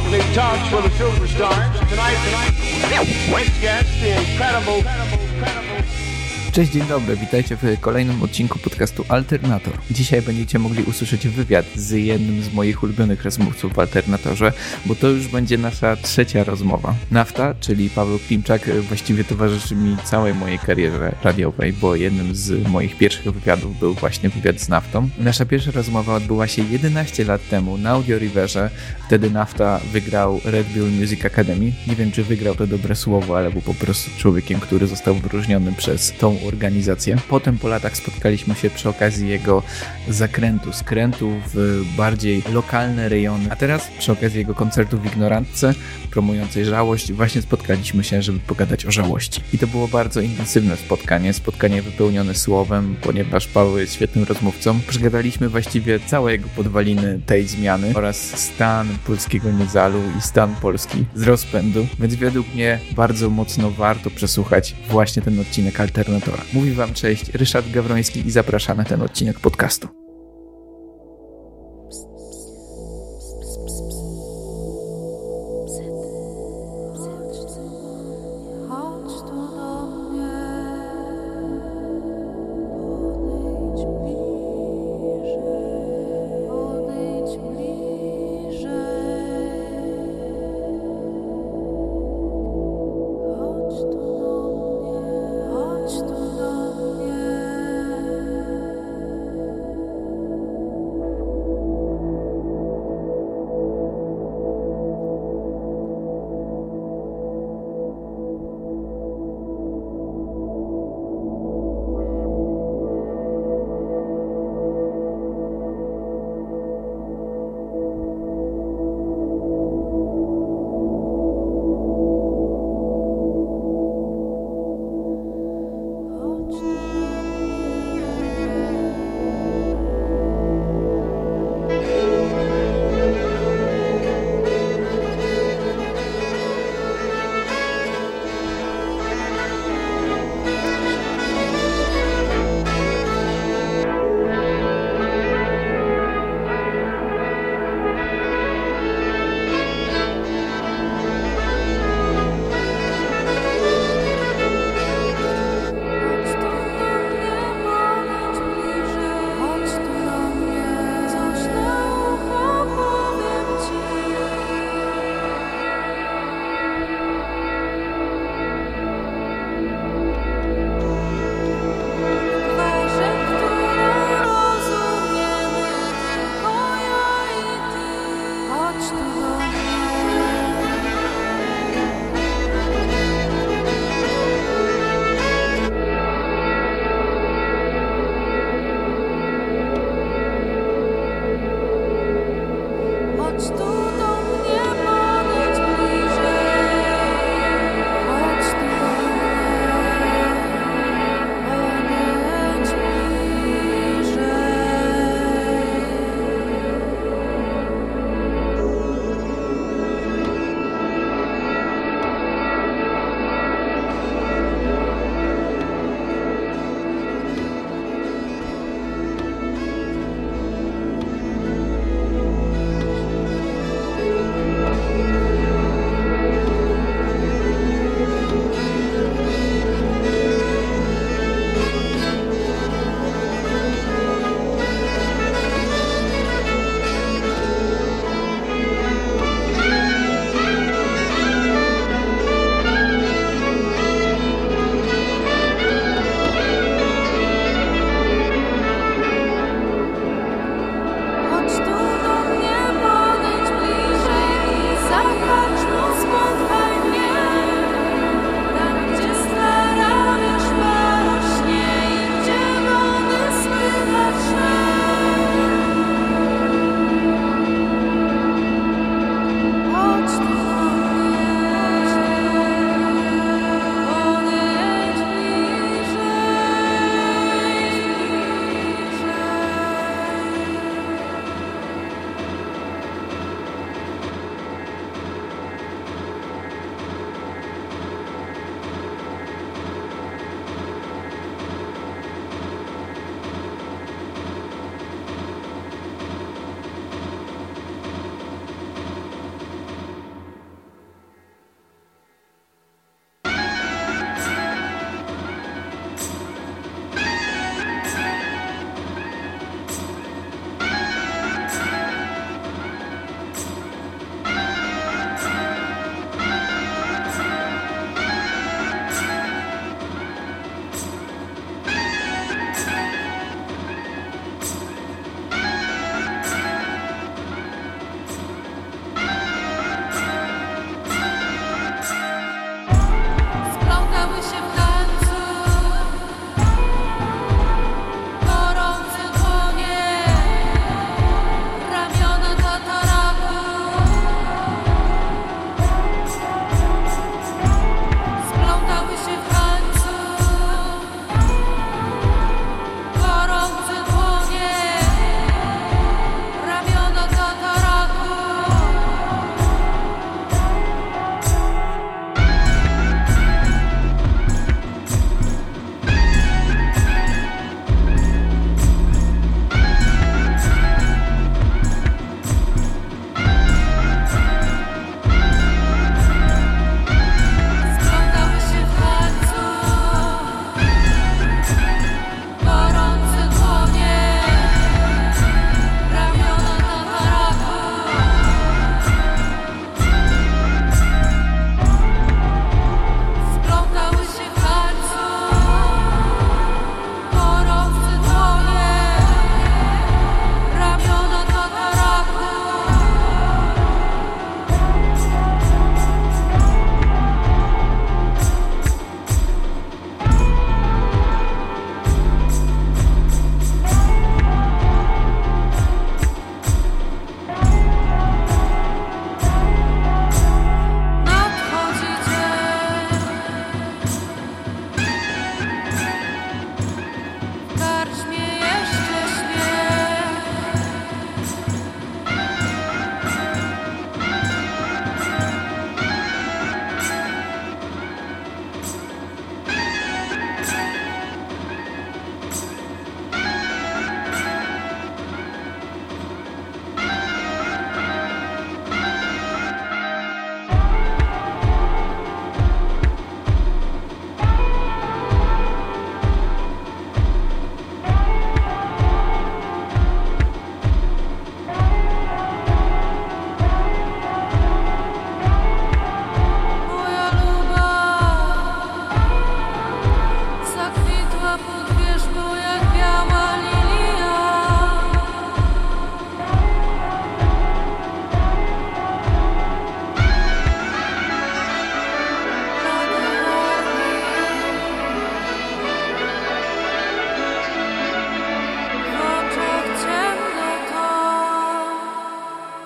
big talks for the superstars. Tonight, guest, the incredible. Cześć, dzień dobry, witajcie w kolejnym odcinku podcastu Alternator. Dzisiaj będziecie mogli usłyszeć wywiad z jednym z moich ulubionych rozmówców w Alternatorze, bo to już będzie nasza trzecia rozmowa. Nafta, czyli Paweł Klimczak, właściwie towarzyszy mi całej mojej karierze radiowej, bo jednym z moich pierwszych wywiadów był właśnie wywiad z Naftą. Nasza pierwsza rozmowa odbyła się 11 lat temu na Audio Riverze. Wtedy Nafta wygrał Red Bull Music Academy. Nie wiem, czy wygrał to dobre słowo, ale był po prostu człowiekiem, który został wyróżniony przez tą organizację. Potem po latach spotkaliśmy się przy okazji jego skrętu w bardziej lokalne rejony, a teraz przy okazji jego koncertu w Ignorantce promującej żałość właśnie spotkaliśmy się, żeby pogadać o żałości. I to było bardzo intensywne spotkanie wypełnione słowem, ponieważ Paweł jest świetnym rozmówcą. Przegadaliśmy właściwie całe jego podwaliny tej zmiany oraz stan polskiego niezalu i stan Polski z rozpędu, więc według mnie bardzo mocno warto przesłuchać właśnie ten odcinek Alternatora. Mówi wam cześć, Ryszard Gawroński i zapraszam na ten odcinek podcastu.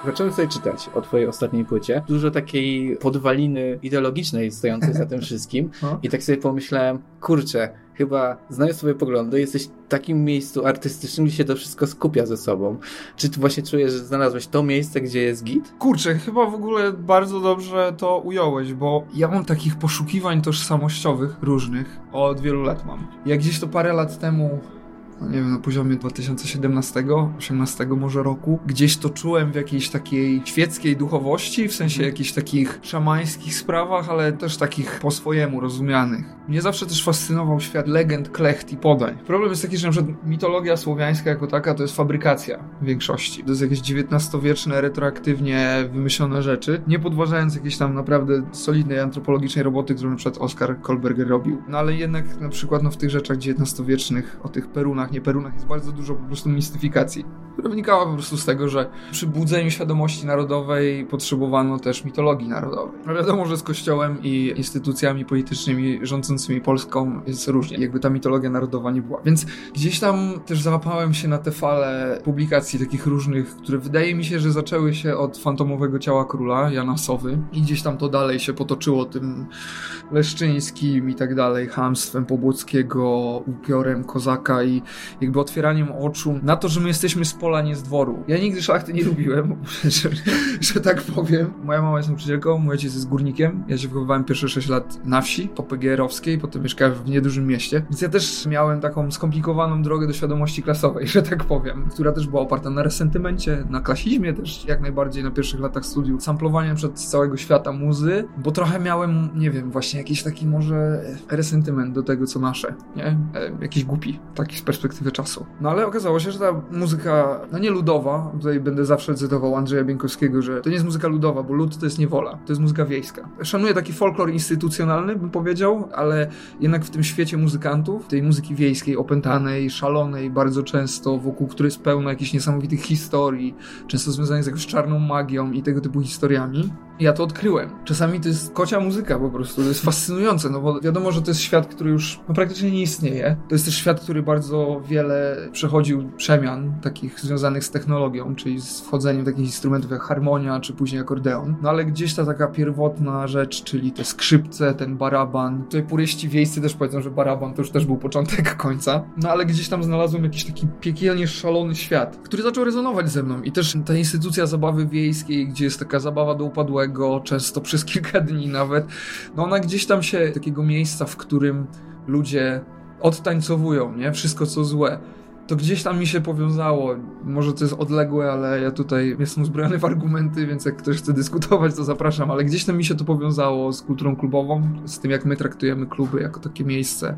Zacząłem sobie czytać o twojej ostatniej płycie. Dużo takiej podwaliny ideologicznej stojącej za tym wszystkim. I tak sobie pomyślałem, kurczę, chyba znając swoje poglądy, jesteś w takim miejscu artystycznym, gdzie się to wszystko skupia ze sobą. Czy ty właśnie czujesz, że znalazłeś to miejsce, gdzie jest git? Kurczę, chyba w ogóle bardzo dobrze to ująłeś, bo ja mam takich poszukiwań tożsamościowych różnych od wielu lat mam. Jak gdzieś to parę lat temu, nie wiem, na poziomie 2017-18 może roku, gdzieś to czułem w jakiejś takiej świeckiej duchowości, w sensie jakichś takich szamańskich sprawach, ale też takich po swojemu rozumianych. Mnie zawsze też fascynował świat legend, klecht i podań. Problem jest taki, że na przykład mitologia słowiańska jako taka to jest fabrykacja w większości. To jest jakieś XIX-wieczne, retroaktywnie wymyślone rzeczy, nie podważając jakiejś tam naprawdę solidnej antropologicznej roboty, którą na przykład Oskar Kohlberger robił. No ale jednak na przykład w tych rzeczach XIX-wiecznych, o tych perunach, nie perunach jest bardzo dużo po prostu mistyfikacji, która wynikała po prostu z tego, że przy budzeniu świadomości narodowej potrzebowano też mitologii narodowej. No wiadomo, że z Kościołem i instytucjami politycznymi rządzącymi Polską jest różnie. Jakby ta mitologia narodowa nie była. Więc gdzieś tam też załapałem się na te fale publikacji takich różnych, które wydaje mi się, że zaczęły się od fantomowego ciała króla, Jana Sowy i gdzieś tam to dalej się potoczyło tym Leszczyńskim i tak dalej, chamstwem Pobłockiego, upiorem Kozaka i jakby otwieraniem oczu na to, że my jesteśmy z pola, nie z dworu. Ja nigdy szlachty nie lubiłem, że tak powiem. Moja mama jest nauczycielką, mój ojciec jest górnikiem. Ja się wychowywałem pierwsze 6 lat na wsi, po PGR-owskiej, potem mieszkałem w niedużym mieście. Więc ja też miałem taką skomplikowaną drogę do świadomości klasowej, że tak powiem, która też była oparta na resentymencie, na klasizmie też jak najbardziej na pierwszych latach studiów, samplowaniem przed całego świata muzy, bo trochę miałem, nie wiem, właśnie jakiś taki może resentyment do tego, co nasze, nie? Jakiś głupi, taki z perspektywy czasu. No ale okazało się, że ta muzyka, no nie ludowa, tutaj będę zawsze cytował Andrzeja Bieńkowskiego, że to nie jest muzyka ludowa, bo lud to jest niewola, to jest muzyka wiejska. Szanuję taki folklor instytucjonalny, bym powiedział, ale jednak w tym świecie muzykantów, tej muzyki wiejskiej, opętanej, szalonej, bardzo często, wokół której jest pełno jakichś niesamowitych historii, często związanych z jakąś czarną magią i tego typu historiami, ja to odkryłem. Czasami to jest kocia muzyka po prostu, to jest fascynujące, no bo wiadomo, że to jest świat, który już praktycznie nie istnieje. To jest też świat, który bardzo wiele przechodził przemian takich związanych z technologią, czyli z wchodzeniem takich instrumentów jak harmonia, czy później akordeon. No ale gdzieś ta taka pierwotna rzecz, czyli te skrzypce, ten baraban. Tutaj puryści wiejscy też powiedzą, że baraban to już też był początek końca. No ale gdzieś tam znalazłem jakiś taki piekielnie szalony świat, który zaczął rezonować ze mną. I też ta instytucja zabawy wiejskiej, gdzie jest taka zabawa do upadłego, często przez kilka dni nawet, no ona gdzieś tam się, takiego miejsca, w którym ludzie odtańcowują, nie? Wszystko co złe. To gdzieś tam mi się powiązało. Może to jest odległe, ale ja tutaj jestem uzbrojony w argumenty, więc jak ktoś chce dyskutować, to zapraszam, ale gdzieś tam mi się to powiązało z kulturą klubową, z tym jak my traktujemy kluby jako takie miejsce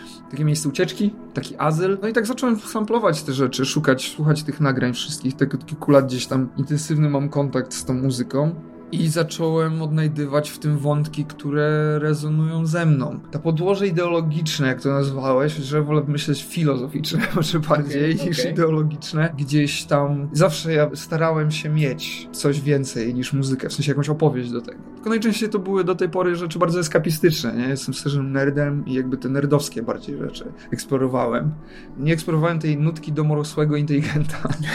ucieczki, taki azyl. No i tak zacząłem samplować te rzeczy, słuchać tych nagrań wszystkich. Tak od kilku lat gdzieś tam intensywny mam kontakt z tą muzyką. I zacząłem odnajdywać w tym wątki, które rezonują ze mną. To podłoże ideologiczne, jak to nazwałeś, że wolę myśleć filozoficzne może bardziej niż ideologiczne. Gdzieś tam zawsze ja starałem się mieć coś więcej niż muzykę, w sensie jakąś opowieść do tego. Tylko najczęściej to były do tej pory rzeczy bardzo eskapistyczne, nie? Jestem szczerym nerdem i jakby te nerdowskie bardziej rzeczy eksplorowałem. Nie eksplorowałem tej nutki domorosłego inteligenta.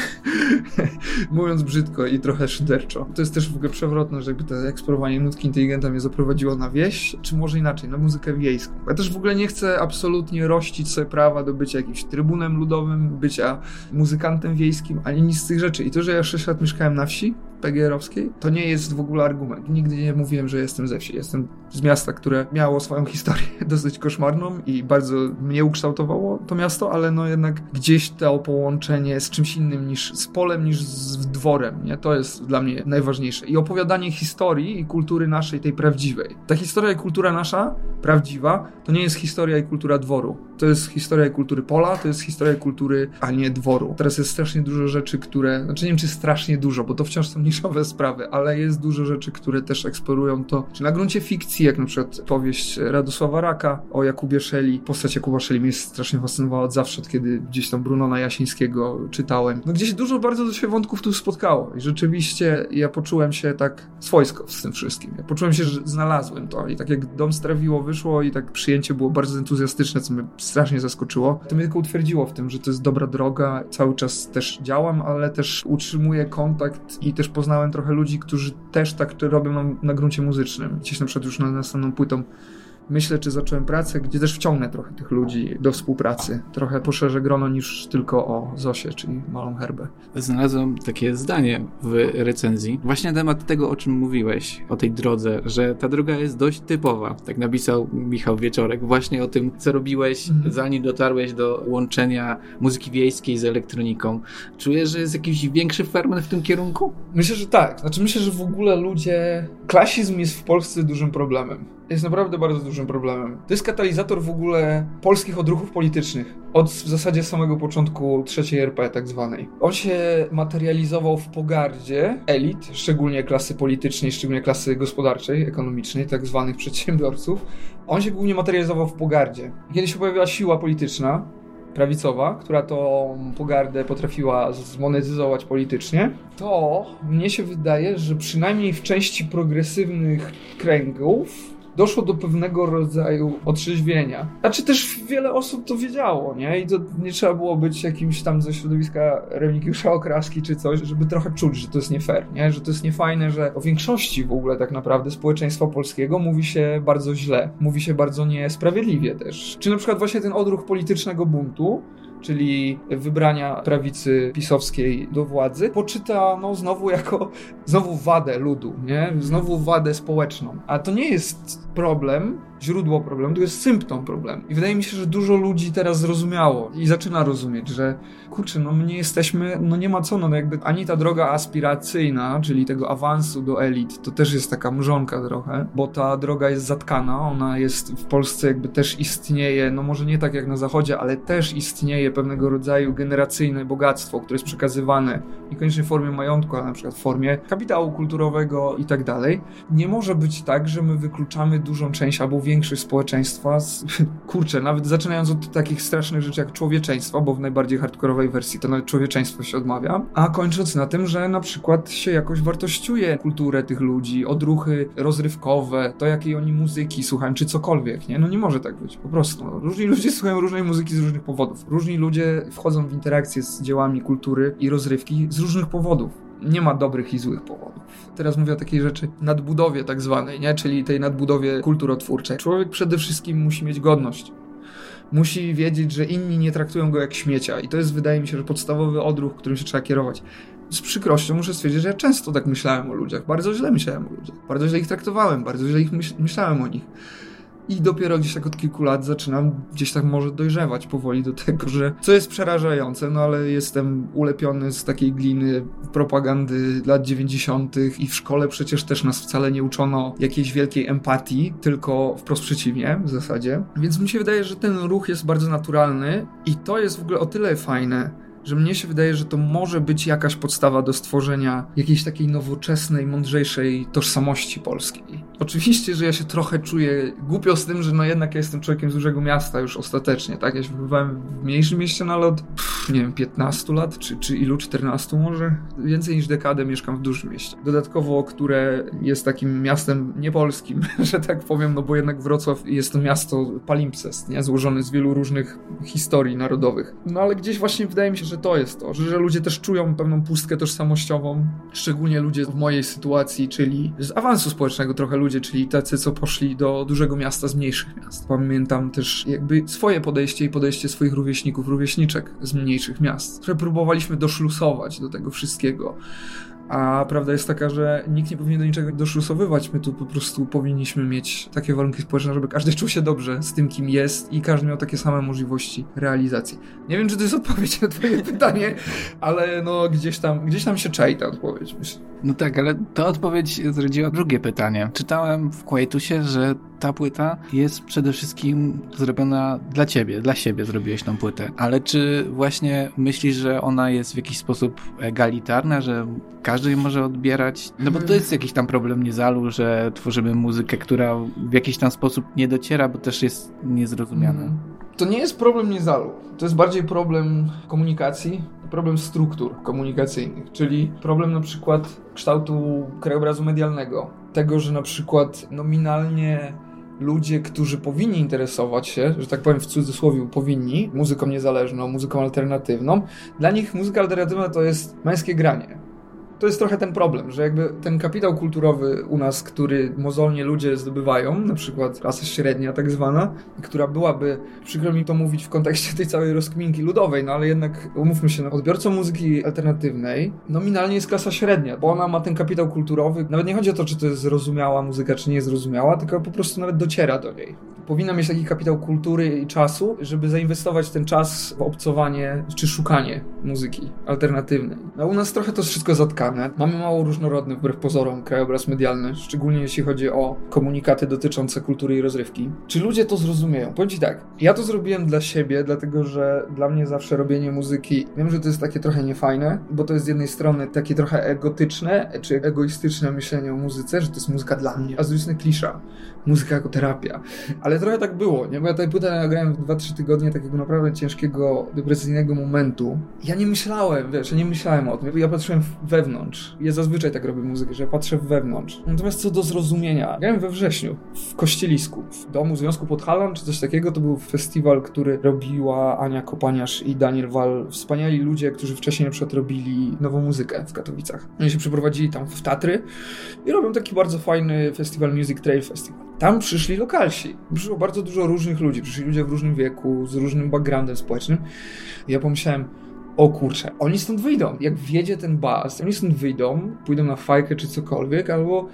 Mówiąc brzydko i trochę szyderczo. To jest też w ogóle przewrotne, że jakby to eksplorowanie nutki inteligenta mnie zaprowadziło na wieś, czy może inaczej, na muzykę wiejską. Ja też w ogóle nie chcę absolutnie rościć sobie prawa do bycia jakimś trybunem ludowym, bycia muzykantem wiejskim, ani nic z tych rzeczy. I to, że ja 6 lat mieszkałem na wsi PGR-owskiej, to nie jest w ogóle argument. Nigdy nie mówiłem, że jestem ze wsi. Jestem z miasta, które miało swoją historię dosyć koszmarną i bardzo mnie ukształtowało to miasto, ale no jednak gdzieś to połączenie z czymś innym niż z polem, niż z dworem, nie? To jest dla mnie najważniejsze. I opowiadanie historii i kultury naszej, tej prawdziwej. Ta historia i kultura nasza, prawdziwa, to nie jest historia i kultura dworu. To jest historia i kultury pola, to jest historia i kultury, a nie dworu. Teraz jest strasznie dużo rzeczy, które, znaczy nie wiem, czy strasznie dużo, bo to wciąż są niszowe sprawy, ale jest dużo rzeczy, które też eksplorują to, czy na gruncie fikcji, jak na przykład powieść Radosława Raka o Jakubie Szeli. Postać Jakuba Szeli mnie strasznie fascynowała od zawsze, od kiedy gdzieś tam Brunona Jasińskiego czytałem. No gdzieś dużo bardzo się wątków tu spotkało i rzeczywiście ja poczułem się tak swojsko z tym wszystkim. Ja poczułem się, że znalazłem to i tak jak Dom Strawiło wyszło i tak przyjęcie było bardzo entuzjastyczne, co mnie strasznie zaskoczyło, to mnie tylko utwierdziło w tym, że to jest dobra droga. Cały czas też działam, ale też utrzymuję kontakt i też poznałem trochę ludzi, którzy też tak to robią na gruncie muzycznym. Gdzieś na przykład już nad następną płytą myślę, czy zacząłem pracę, gdzie też wciągnę trochę tych ludzi do współpracy. Trochę poszerzę grono niż tylko o Zosię, czyli Malą Herbę. Znalazłem takie zdanie w recenzji. Właśnie na temat tego, o czym mówiłeś, o tej drodze, że ta droga jest dość typowa. Tak napisał Michał Wieczorek. Właśnie o tym, co robiłeś, zanim dotarłeś do łączenia muzyki wiejskiej z elektroniką. Czujesz, że jest jakiś większy ferment w tym kierunku? Myślę, że tak. Myślę, że w ogóle klasizm jest w Polsce dużym problemem. Jest naprawdę bardzo dużym problemem. To jest katalizator w ogóle polskich odruchów politycznych. Od w zasadzie samego początku III RP tak zwanej. On się materializował w pogardzie elit, szczególnie klasy politycznej, szczególnie klasy gospodarczej, ekonomicznej, tak zwanych przedsiębiorców. On się głównie materializował w pogardzie. Kiedy się pojawiła siła polityczna, prawicowa, która tą pogardę potrafiła zmonetyzować politycznie, to mnie się wydaje, że przynajmniej w części progresywnych kręgów doszło do pewnego rodzaju otrzeźwienia. Też wiele osób to wiedziało, nie? I to nie trzeba było być jakimś tam ze środowiska Remigiusza Okraski czy coś, żeby trochę czuć, że to jest nie fair, nie? Że to jest niefajne, że o większości w ogóle tak naprawdę społeczeństwa polskiego mówi się bardzo źle. Mówi się bardzo niesprawiedliwie też. Czy na przykład właśnie ten odruch politycznego buntu, czyli wybrania prawicy pisowskiej do władzy, poczyta znowu wadę ludu, nie? Znowu wadę społeczną. A to nie jest problem, źródło problemu, to jest symptom problemu. I wydaje mi się, że dużo ludzi teraz zrozumiało i zaczyna rozumieć, że my nie jesteśmy, nie ma co, jakby ani ta droga aspiracyjna, czyli tego awansu do elit, to też jest taka mrzonka trochę, bo ta droga jest zatkana, ona jest w Polsce jakby też istnieje, może nie tak jak na Zachodzie, ale też istnieje pewnego rodzaju generacyjne bogactwo, które jest przekazywane niekoniecznie w formie majątku, ale na przykład w formie kapitału kulturowego i tak dalej. Nie może być tak, że my wykluczamy dużą część albo większość społeczeństwa nawet zaczynając od takich strasznych rzeczy jak człowieczeństwo, bo w najbardziej hardkorowej wersji to nawet człowieczeństwo się odmawia, a kończąc na tym, że na przykład się jakoś wartościuje kulturę tych ludzi, odruchy rozrywkowe, to jakiej oni muzyki słuchają, czy cokolwiek, nie? Nie może tak być, po prostu. Różni ludzie słuchają różnej muzyki z różnych powodów. Różni ludzie wchodzą w interakcję z dziełami kultury i rozrywki z różnych powodów. Nie ma dobrych i złych powodów. Teraz mówię o takiej rzeczy nadbudowie tak zwanej, nie? Czyli tej nadbudowie kulturotwórczej. Człowiek przede wszystkim musi mieć godność. Musi wiedzieć, że inni nie traktują go jak śmiecia. I to jest, wydaje mi się, że podstawowy odruch, którym się trzeba kierować. Z przykrością muszę stwierdzić, że ja często tak myślałem o ludziach. Bardzo źle myślałem o ludziach. Bardzo źle ich traktowałem. Bardzo źle myślałem o nich. I dopiero gdzieś tak od kilku lat zaczynam gdzieś tak może dojrzewać powoli do tego, że co jest przerażające, ale jestem ulepiony z takiej gliny propagandy lat 90. i w szkole przecież też nas wcale nie uczono jakiejś wielkiej empatii, tylko wprost przeciwnie w zasadzie. Więc mi się wydaje, że ten ruch jest bardzo naturalny i to jest w ogóle o tyle fajne, że mnie się wydaje, że to może być jakaś podstawa do stworzenia jakiejś takiej nowoczesnej, mądrzejszej tożsamości polskiej. Oczywiście, że ja się trochę czuję głupio z tym, że jednak ja jestem człowiekiem z dużego miasta już ostatecznie, tak? Ja się wychowałem w mniejszym mieście, ale od, 15 lat, czy ilu, 14 może? Więcej niż dekadę mieszkam w dużym mieście. Dodatkowo, które jest takim miastem niepolskim, że tak powiem, bo jednak Wrocław jest to miasto palimpsest, nie? Złożone z wielu różnych historii narodowych. Ale gdzieś właśnie wydaje mi się, że to jest to, że ludzie też czują pewną pustkę tożsamościową, szczególnie ludzie w mojej sytuacji, czyli z awansu społecznego trochę ludzie, czyli tacy, co poszli do dużego miasta z mniejszych miast. Pamiętam też jakby swoje podejście i podejście swoich rówieśników, rówieśniczek z mniejszych miast, które próbowaliśmy doszlusować do tego wszystkiego. A prawda jest taka, że nikt nie powinien do niczego doszlusowywać. My tu po prostu powinniśmy mieć takie warunki społeczne, żeby każdy czuł się dobrze z tym, kim jest i każdy miał takie same możliwości realizacji. Nie wiem, czy to jest odpowiedź na twoje pytanie, ale gdzieś tam się czai ta odpowiedź, myślę. Tak, ale ta odpowiedź zrodziła drugie pytanie. Czytałem w Quietusie, że ta płyta jest przede wszystkim zrobiona dla ciebie, dla siebie zrobiłeś tą płytę. Ale czy właśnie myślisz, że ona jest w jakiś sposób egalitarna, że każdy ją może odbierać? Bo to jest jakiś tam problem Niezalu, że tworzymy muzykę, która w jakiś tam sposób nie dociera, bo też jest niezrozumiana. To nie jest problem Niezalu. To jest bardziej problem komunikacji, problem struktur komunikacyjnych, czyli problem na przykład kształtu krajobrazu medialnego. Tego, że na przykład nominalnie ludzie, którzy powinni interesować się, że tak powiem w cudzysłowie powinni, muzyką niezależną, muzyką alternatywną, dla nich muzyka alternatywna to jest męskie granie. To jest trochę ten problem, że jakby ten kapitał kulturowy u nas, który mozolnie ludzie zdobywają, na przykład klasa średnia tak zwana, która byłaby, przykro mi to mówić w kontekście tej całej rozkminki ludowej, no ale jednak umówmy się, odbiorcą muzyki alternatywnej nominalnie jest klasa średnia, bo ona ma ten kapitał kulturowy. Nawet nie chodzi o to, czy to jest zrozumiała muzyka, czy nie jest zrozumiała, tylko po prostu nawet dociera do niej. Powinna mieć taki kapitał kultury i czasu, żeby zainwestować ten czas w obcowanie czy szukanie muzyki alternatywnej. No u nas trochę to wszystko zatkane. Mamy mało różnorodny, wbrew pozorom, krajobraz medialny, szczególnie jeśli chodzi o komunikaty dotyczące kultury i rozrywki. Czy ludzie to zrozumieją? Powiem ci tak, ja to zrobiłem dla siebie, dlatego że dla mnie zawsze robienie muzyki, wiem, że to jest takie trochę niefajne, bo to jest z jednej strony takie trochę egotyczne, czy egoistyczne myślenie o muzyce, że to jest muzyka dla mnie, a z drugiej strony klisza. Muzyka jako terapia. Ale trochę tak było, nie? Bo ja tę płytę nagrałem w 2-3 tygodnie takiego naprawdę ciężkiego, depresyjnego momentu. Ja nie myślałem o tym. Ja patrzyłem wewnątrz. Ja zazwyczaj tak robię muzykę, że ja patrzę wewnątrz. Natomiast co do zrozumienia, grałem we wrześniu w Kościelisku, w Domu Związku Podhalan, czy coś takiego. To był festiwal, który robiła Ania Kopaniarz i Daniel Wal. Wspaniali ludzie, którzy wcześniej na przykład robili nową muzykę w Katowicach. Oni się przeprowadzili tam w Tatry i robią taki bardzo fajny festiwal, Music Trail Festival. Tam przyszli lokalsi. Przyszło bardzo dużo różnych ludzi. Przyszli ludzie w różnym wieku, z różnym backgroundem społecznym. I ja pomyślałem, o kurczę, oni stąd wyjdą. Jak wjedzie ten bas, oni stąd wyjdą, pójdą na fajkę czy cokolwiek, albo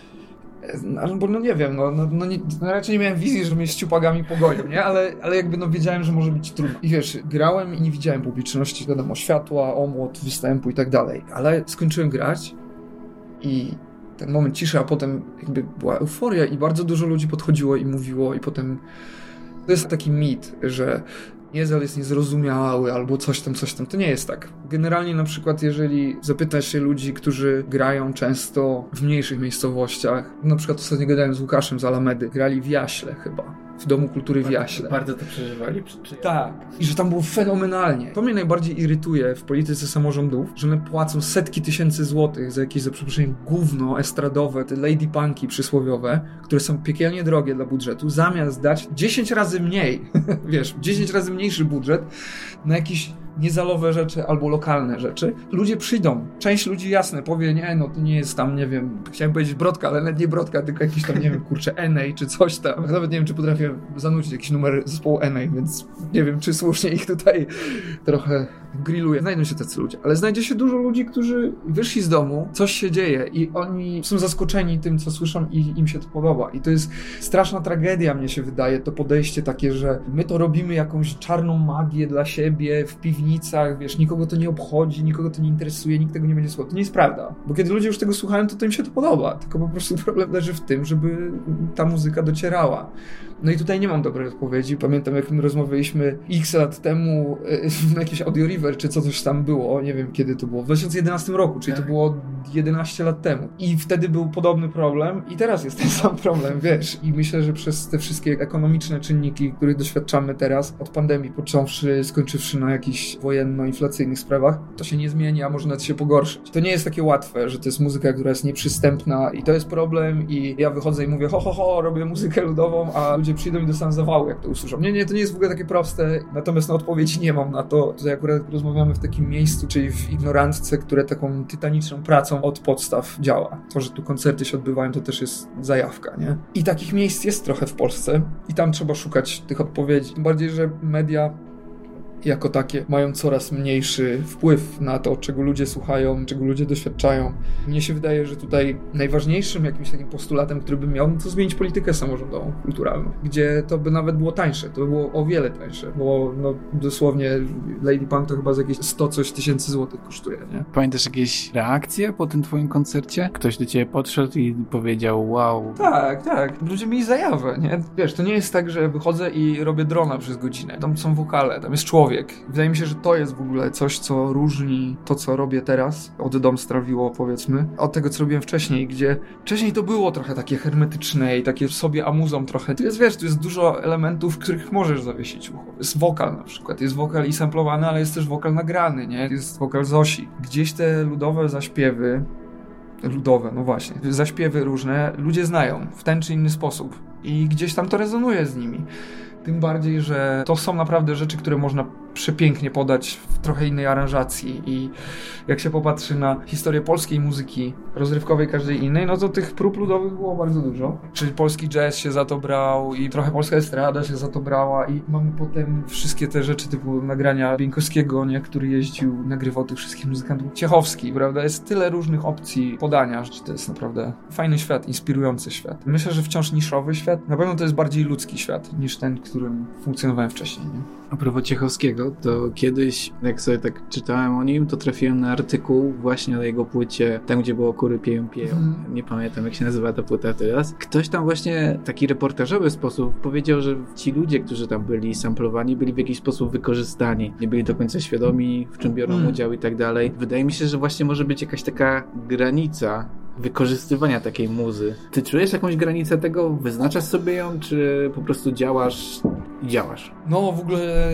no nie wiem, raczej nie miałem wizji, że mnie z ciupagami pogonią, nie? Ale jakby wiedziałem, że może być trudno. I wiesz, grałem i nie widziałem publiczności, wiadomo, światła, omłot, występu i tak dalej. Ale skończyłem grać i ten moment ciszy, a potem jakby była euforia i bardzo dużo ludzi podchodziło i mówiło i potem to jest taki mit, że Niezal jest niezrozumiały albo coś tam. To nie jest tak. Generalnie na przykład jeżeli zapytasz się ludzi, którzy grają często w mniejszych miejscowościach, na przykład ostatnio gadałem z Łukaszem z Alamedy, grali w Jaśle chyba. W Domu Kultury w Jaśle. Bardzo to przeżywali. Tak. I że tam było fenomenalnie. To mnie najbardziej irytuje w polityce samorządów, że one płacą setki tysięcy złotych za jakieś, za przeproszeniem, gówno estradowe, te lady punki przysłowiowe, które są piekielnie drogie dla budżetu, zamiast dać 10 razy mniej, 10 razy mniejszy budżet na jakieś niezalowe rzeczy albo lokalne rzeczy. Ludzie przyjdą. Część ludzi jasne powie, nie, to nie jest tam, nie wiem, chciałem powiedzieć Brodka, ale nawet nie Brodka, tylko jakiś tam, nie wiem, Enej czy coś tam. Nawet nie wiem, czy potrafię zanucić jakiś numer zespołu Enej, więc nie wiem, czy słusznie ich tutaj trochę grilluje. Znajdą się tacy ludzie, ale znajdzie się dużo ludzi, którzy wyszli z domu, coś się dzieje i oni są zaskoczeni tym, co słyszą i im się to podoba. I to jest straszna tragedia, mnie się wydaje, to podejście takie, że my to robimy jakąś czarną magię dla siebie w piwnicach, nikogo to nie obchodzi, nikogo to nie interesuje, nikt tego nie będzie słuchał. To nie jest prawda. Bo kiedy ludzie już tego słuchają, to im się to podoba. Tylko po prostu problem leży w tym, żeby ta muzyka docierała. No i tutaj nie mam dobrej odpowiedzi. Pamiętam, jak my rozmawialiśmy x lat temu na jakiś Audio River, czy coś tam było, nie wiem kiedy to było, w 2011 roku, czyli to było 11 lat temu. I wtedy był podobny problem i teraz jest ten sam problem, I myślę, że przez te wszystkie ekonomiczne czynniki, których doświadczamy teraz, od pandemii począwszy, skończywszy na jakichś wojenno-inflacyjnych sprawach, to się nie zmieni, a może nawet się pogorszyć. To nie jest takie łatwe, że to jest muzyka, która jest nieprzystępna i to jest problem i ja wychodzę i mówię robię muzykę ludową, a ludzie przyjdą i dostaną zawału, jak to usłyszą. Nie, to nie jest w ogóle takie proste, natomiast odpowiedzi nie mam na to. Tutaj akurat rozmawiamy w takim miejscu, czyli w ignorantce, które taką tytaniczną pracą od podstaw działa. To, że tu koncerty się odbywają, to też jest zajawka, nie? I takich miejsc jest trochę w Polsce i tam trzeba szukać tych odpowiedzi. Tym bardziej, że media jako takie mają coraz mniejszy wpływ na to, czego ludzie słuchają, czego ludzie doświadczają. Mnie się wydaje, że tutaj najważniejszym jakimś takim postulatem, który bym miał, to zmienić politykę samorządową, kulturalną, gdzie to by nawet było tańsze, to by było o wiele tańsze, bo dosłownie Lady Punk to chyba z jakieś 100 coś tysięcy złotych kosztuje, nie? Pamiętasz jakieś reakcje po tym twoim koncercie? Ktoś do ciebie podszedł i powiedział wow. Tak. Ludzie mieli zajawę, nie? To nie jest tak, że wychodzę i robię drona przez godzinę. Tam są wokale, tam jest człowiek. Wydaje mi się, że to jest w ogóle coś, co różni to, co robię teraz, od Dom Strawiło, powiedzmy, od tego, co robiłem wcześniej, gdzie wcześniej to było trochę takie hermetyczne i takie sobie amuzą trochę. Tu jest dużo elementów, w których możesz zawiesić ucho. Jest wokal na przykład, jest wokal i samplowany, ale jest też wokal nagrany, nie? Jest wokal Zosi. Gdzieś te ludowe zaśpiewy, zaśpiewy różne, ludzie znają w ten czy inny sposób i gdzieś tam to rezonuje z nimi. Tym bardziej, że to są naprawdę rzeczy, które można przepięknie podać w trochę innej aranżacji i jak się popatrzy na historię polskiej muzyki, rozrywkowej każdej innej, no to tych prób ludowych było bardzo dużo. Czyli polski jazz się za to brał i trochę polska estrada się za to brała i mamy potem wszystkie te rzeczy typu nagrania Bieńkowskiego, nie, który jeździł, nagrywał tych wszystkich muzykantów. Ciechowski, prawda? Jest tyle różnych opcji podania, że to jest naprawdę fajny świat, inspirujący świat. Myślę, że wciąż niszowy świat. Na pewno to jest bardziej ludzki świat niż ten, w którym funkcjonowałem wcześniej. Nie? A propos Ciechowskiego, to kiedyś, jak sobie tak czytałem o nim, to trafiłem na artykuł właśnie o jego płycie, tam gdzie było Kury pieją. Nie pamiętam, jak się nazywa ta płyta teraz. Ktoś tam właśnie w taki reportażowy sposób powiedział, że ci ludzie, którzy tam byli samplowani, byli w jakiś sposób wykorzystani. Nie byli do końca świadomi, w czym biorą udział i tak dalej. Wydaje mi się, że właśnie może być jakaś taka granica wykorzystywania takiej muzy. Ty czujesz jakąś granicę tego? Wyznaczasz sobie ją, czy po prostu działasz i działasz? No w ogóle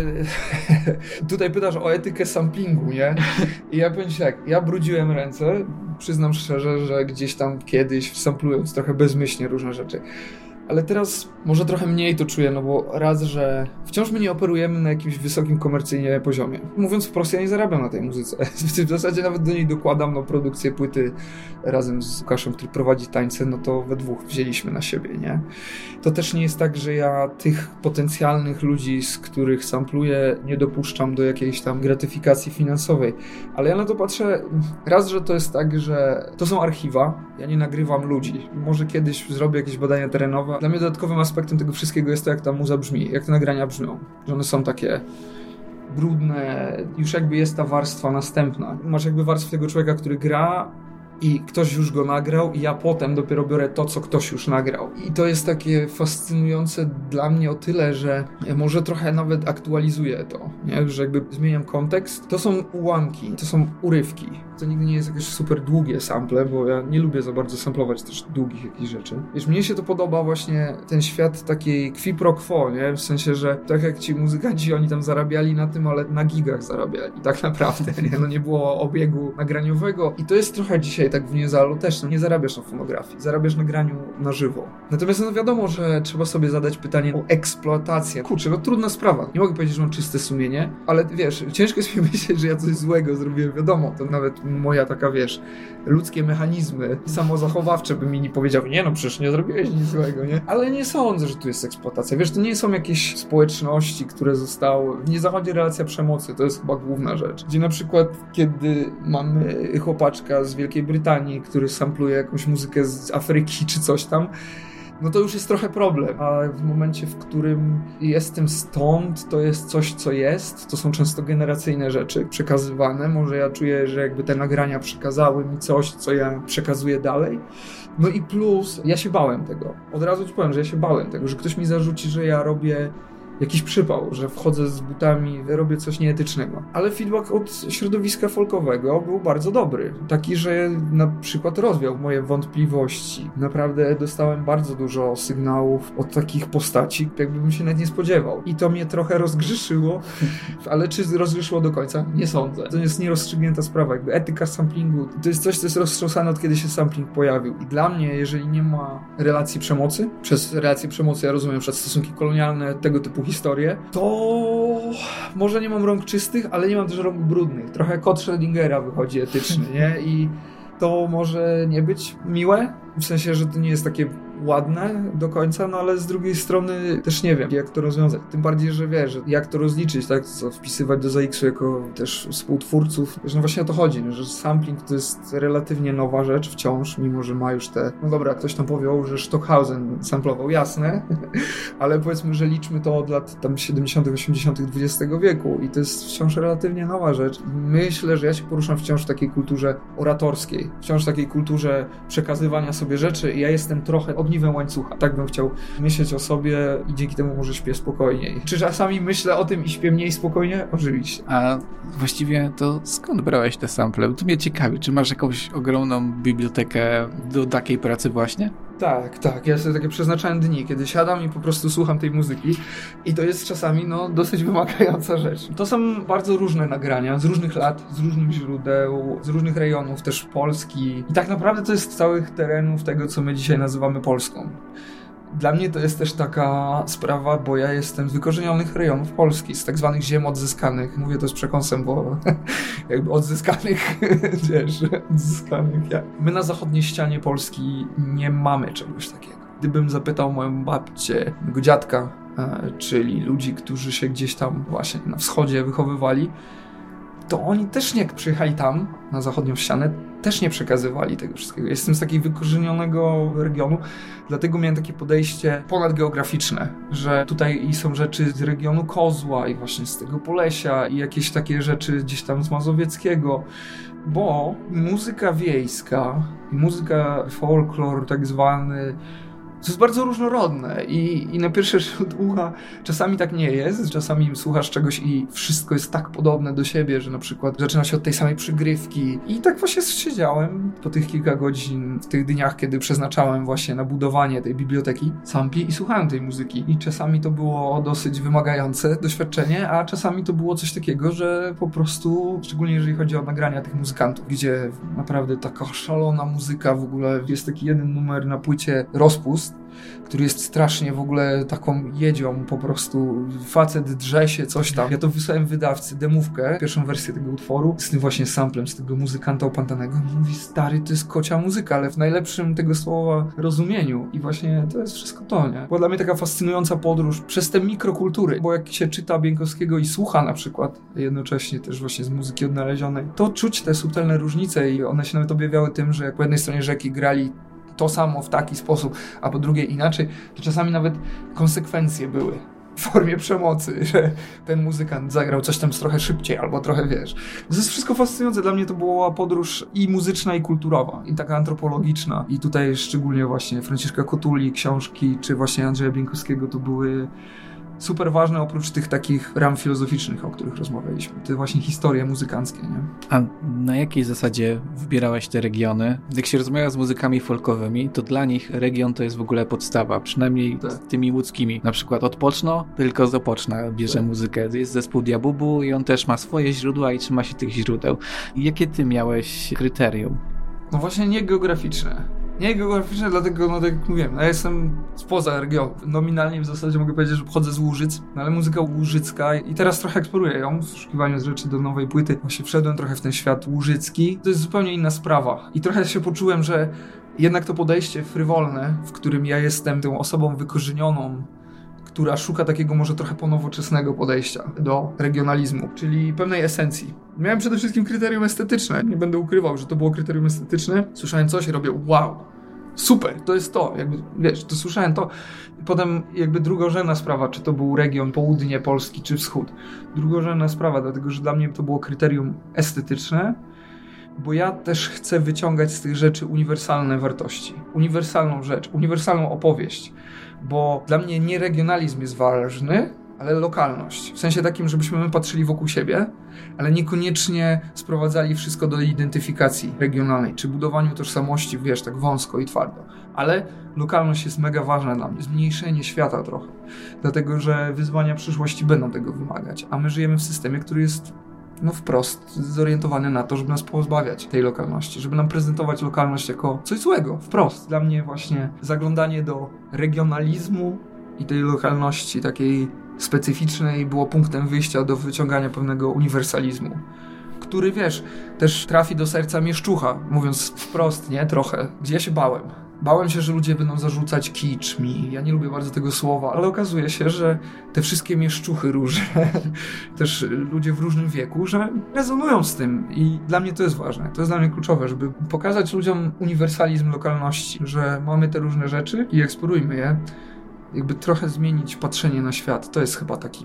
tutaj pytasz o etykę samplingu, nie? I ja powiem ci tak, ja brudziłem ręce, przyznam szczerze, że gdzieś tam kiedyś samplując trochę bezmyślnie różne rzeczy. Ale teraz może trochę mniej to czuję, no bo raz, że wciąż my nie operujemy na jakimś wysokim komercyjnie poziomie. Mówiąc wprost, ja nie zarabiam na tej muzyce. W zasadzie nawet do niej dokładam produkcję płyty razem z Łukaszem, który prowadzi tańce, no to we dwóch wzięliśmy na siebie, nie? To też nie jest tak, że ja tych potencjalnych ludzi, z których sampluję, nie dopuszczam do jakiejś tam gratyfikacji finansowej. Ale ja na to patrzę, raz, że to jest tak, że to są archiwa, ja nie nagrywam ludzi. Może kiedyś zrobię jakieś badania terenowe. Dla mnie dodatkowym aspektem tego wszystkiego jest to, jak ta muza brzmi, jak te nagrania brzmią. Że one są takie brudne, już jakby jest ta warstwa następna. Masz jakby warstwę tego człowieka, który gra i ktoś już go nagrał i ja potem dopiero biorę to, co ktoś już nagrał. I to jest takie fascynujące dla mnie o tyle, że ja może trochę nawet aktualizuję to, nie? Że jakby zmieniam kontekst. To są ułamki, to są urywki. To nigdy nie jest jakieś super długie sample, bo ja nie lubię za bardzo samplować też długich jakichś rzeczy. Wiesz, mnie się to podoba właśnie ten świat takiej qui pro quo, nie? W sensie, że tak jak ci muzykanci, oni tam zarabiali na tym, ale na gigach zarabiali. Tak naprawdę, nie? No nie było obiegu nagraniowego i to jest trochę dzisiaj tak w Niezalu też, no nie zarabiasz na fonografii, zarabiasz na graniu na żywo. Natomiast no wiadomo, że trzeba sobie zadać pytanie o eksploatację. Kurczę, no trudna sprawa. Nie mogę powiedzieć, że mam czyste sumienie, ale wiesz, ciężko jest mi myśleć, że ja coś złego zrobiłem. Wiadomo, to nawet moja taka, wiesz, ludzkie mechanizmy samozachowawcze by mi nie powiedział, nie no, przecież nie zrobiłeś nic złego, nie? Ale nie sądzę, że tu jest eksploatacja. Wiesz, to nie są jakieś społeczności, które zostały... Nie zachodzi relacja przemocy, to jest chyba główna rzecz. Gdzie na przykład, kiedy mamy chłopaczka z Wielkiej Brytanii, który sampluje jakąś muzykę z Afryki czy coś tam, no to już jest trochę problem. A w momencie, w którym jestem stąd, to jest coś, co jest. To są często generacyjne rzeczy przekazywane. Może ja czuję, że jakby te nagrania przekazały mi coś, co ja przekazuję dalej. No i plus, ja się bałem tego. Od razu ci powiem, że ja się bałem tego, że ktoś mi zarzuci, że ja robię jakiś przypał, że wchodzę z butami, robię coś nieetycznego. Ale feedback od środowiska folkowego był bardzo dobry. Taki, że na przykład rozwiał moje wątpliwości. Naprawdę dostałem bardzo dużo sygnałów od takich postaci, jakbym się nawet nie spodziewał. I to mnie trochę rozgrzeszyło, ale czy rozgrzeszyło do końca? Nie sądzę. To jest nierozstrzygnięta sprawa. Jakby etyka samplingu to jest coś, co jest roztrząsane od kiedy się sampling pojawił. I dla mnie, jeżeli nie ma relacji przemocy, przez relacje przemocy ja rozumiem przez stosunki kolonialne, tego typu historię, to może nie mam rąk czystych, ale nie mam też rąk brudnych. Trochę kot Schrödingera wychodzi etyczny, nie? I to może nie być miłe, w sensie, że to nie jest takie ładne do końca, no ale z drugiej strony też nie wiem, jak to rozwiązać. Tym bardziej, że wiesz, jak to rozliczyć, tak? Co wpisywać do ZX-u jako też współtwórców. Wiesz, no właśnie o to chodzi, że sampling to jest relatywnie nowa rzecz wciąż, mimo że ma już te... No dobra, ktoś tam powiedział, że Stockhausen samplował, jasne, ale powiedzmy, że liczmy to od lat tam 70., 80. XX wieku i to jest wciąż relatywnie nowa rzecz. Myślę, że ja się poruszam wciąż w takiej kulturze oratorskiej, wciąż w takiej kulturze przekazywania sobie rzeczy i ja jestem trochę ogniwem łańcucha. Tak bym chciał myśleć o sobie i dzięki temu może śpię spokojniej. Czy czasami myślę o tym i śpię mniej spokojnie? Oczywiście. A właściwie to skąd brałeś te sample? To mnie ciekawi. Czy masz jakąś ogromną bibliotekę do takiej pracy właśnie? Tak. Ja sobie takie przeznaczałem dni, kiedy siadam i po prostu słucham tej muzyki i to jest czasami dosyć wymagająca rzecz. To są bardzo różne nagrania, z różnych lat, z różnych źródeł, z różnych rejonów też Polski i tak naprawdę to jest z całych terenów tego, co my dzisiaj nazywamy Polską. Dla mnie to jest też taka sprawa, bo ja jestem z wykorzenionych rejonów Polski, z tak zwanych ziem odzyskanych. Mówię to z przekąsem, bo jakby odzyskanych, wiesz, odzyskanych. Ja. My na zachodniej ścianie Polski nie mamy czegoś takiego. Gdybym zapytał moją babcię, mojego dziadka, czyli ludzi, którzy się gdzieś tam właśnie na wschodzie wychowywali, to oni też jak przyjechali tam, na zachodnią ścianę, też nie przekazywali tego wszystkiego. Jestem z takiego wykorzenionego regionu, dlatego miałem takie podejście ponadgeograficzne, że tutaj i są rzeczy z regionu Kozła i właśnie z tego Polesia i jakieś takie rzeczy gdzieś tam z Mazowieckiego, bo muzyka wiejska i muzyka folklor tak zwany to jest bardzo różnorodne i na pierwszy rzut ucha czasami tak nie jest, czasami słuchasz czegoś i wszystko jest tak podobne do siebie, że na przykład zaczyna się od tej samej przygrywki i tak właśnie siedziałem po tych kilka godzin w tych dniach, kiedy przeznaczałem właśnie na budowanie tej biblioteki sampli i słuchałem tej muzyki i czasami to było dosyć wymagające doświadczenie, a czasami to było coś takiego, że po prostu, szczególnie jeżeli chodzi o nagrania tych muzykantów, gdzie naprawdę taka szalona muzyka w ogóle, jest taki jeden numer na płycie Rozpust, który jest strasznie w ogóle taką jedzią, po prostu facet drze się, coś tam. Ja to wysłałem wydawcy, demówkę, pierwszą wersję tego utworu, z tym właśnie samplem, z tego muzykanta opętanego. Mówi, stary, to jest kocia muzyka, ale w najlepszym tego słowa rozumieniu. I właśnie to jest wszystko to, nie? Była dla mnie taka fascynująca podróż przez te mikrokultury, bo jak się czyta Bieńkowskiego i słucha na przykład, jednocześnie też właśnie z muzyki odnalezionej, to czuć te subtelne różnice i one się nawet objawiały tym, że jak po jednej stronie rzeki grali to samo w taki sposób, a po drugiej inaczej, to czasami nawet konsekwencje były w formie przemocy, że ten muzykant zagrał coś tam trochę szybciej, albo trochę, wiesz. To jest wszystko fascynujące. Dla mnie to była podróż i muzyczna, i kulturowa, i taka antropologiczna. I tutaj szczególnie właśnie Franciszka Kotuli, książki, czy właśnie Andrzeja Bieńkowskiego to były super ważne oprócz tych takich ram filozoficznych, o których rozmawialiśmy. Te właśnie historie muzykanckie, nie? A na jakiej zasadzie wybierałeś te regiony? Jak się rozmawia z muzykami folkowymi, to dla nich region to jest w ogóle podstawa, przynajmniej tak. Z tymi łódzkimi. Na przykład od Poczno, tylko z Opoczna bierze tak. muzykę. Jest zespół Diabubu i on też ma swoje źródła i trzyma się tych źródeł. I jakie ty miałeś kryterium? No właśnie nie geograficzne. Nie geograficzne, dlatego, no tak jak mówiłem, ja jestem spoza regionu. Nominalnie w zasadzie mogę powiedzieć, że pochodzę z Łużyc, no ale muzyka łużycka i teraz trochę eksploruję ją w poszukiwaniu rzeczy do nowej płyty. Właśnie wszedłem trochę w ten świat łużycki. To jest zupełnie inna sprawa. I trochę się poczułem, że jednak to podejście frywolne, w którym ja jestem tą osobą wykorzenioną, która szuka takiego może trochę ponowoczesnego podejścia do regionalizmu, czyli pewnej esencji. Miałem przede wszystkim kryterium estetyczne. Nie będę ukrywał, że to było kryterium estetyczne. Słyszałem coś i robię wow, super, to jest to. Jakby, wiesz, to słyszałem to. I potem jakby drugorzędna sprawa, czy to był region południe Polski, czy wschód. Drugorzędna sprawa, dlatego że dla mnie to było kryterium estetyczne, bo ja też chcę wyciągać z tych rzeczy uniwersalne wartości. Uniwersalną rzecz, uniwersalną opowieść. Bo dla mnie nie regionalizm jest ważny, ale lokalność. W sensie takim, żebyśmy my patrzyli wokół siebie, ale niekoniecznie sprowadzali wszystko do identyfikacji regionalnej, czy budowaniu tożsamości, wiesz, tak wąsko i twardo. Ale lokalność jest mega ważna dla mnie. Zmniejszenie świata trochę. Dlatego, że wyzwania przyszłości będą tego wymagać. A my żyjemy w systemie, który jest wprost zorientowany na to, żeby nas pozbawiać tej lokalności, żeby nam prezentować lokalność jako coś złego, wprost. Dla mnie właśnie zaglądanie do regionalizmu i tej lokalności takiej specyficznej było punktem wyjścia do wyciągania pewnego uniwersalizmu, który, wiesz, też trafi do serca mieszczucha, mówiąc wprost, nie? Trochę. Gdzie ja się bałem. Bałem się, że ludzie będą zarzucać kicz mi. Ja nie lubię bardzo tego słowa, ale okazuje się, że te wszystkie mieszczuchy różne, też ludzie w różnym wieku, że rezonują z tym i dla mnie to jest ważne. To jest dla mnie kluczowe, żeby pokazać ludziom uniwersalizm lokalności, że mamy te różne rzeczy i eksplorujmy je. Jakby trochę zmienić patrzenie na świat. To jest chyba taki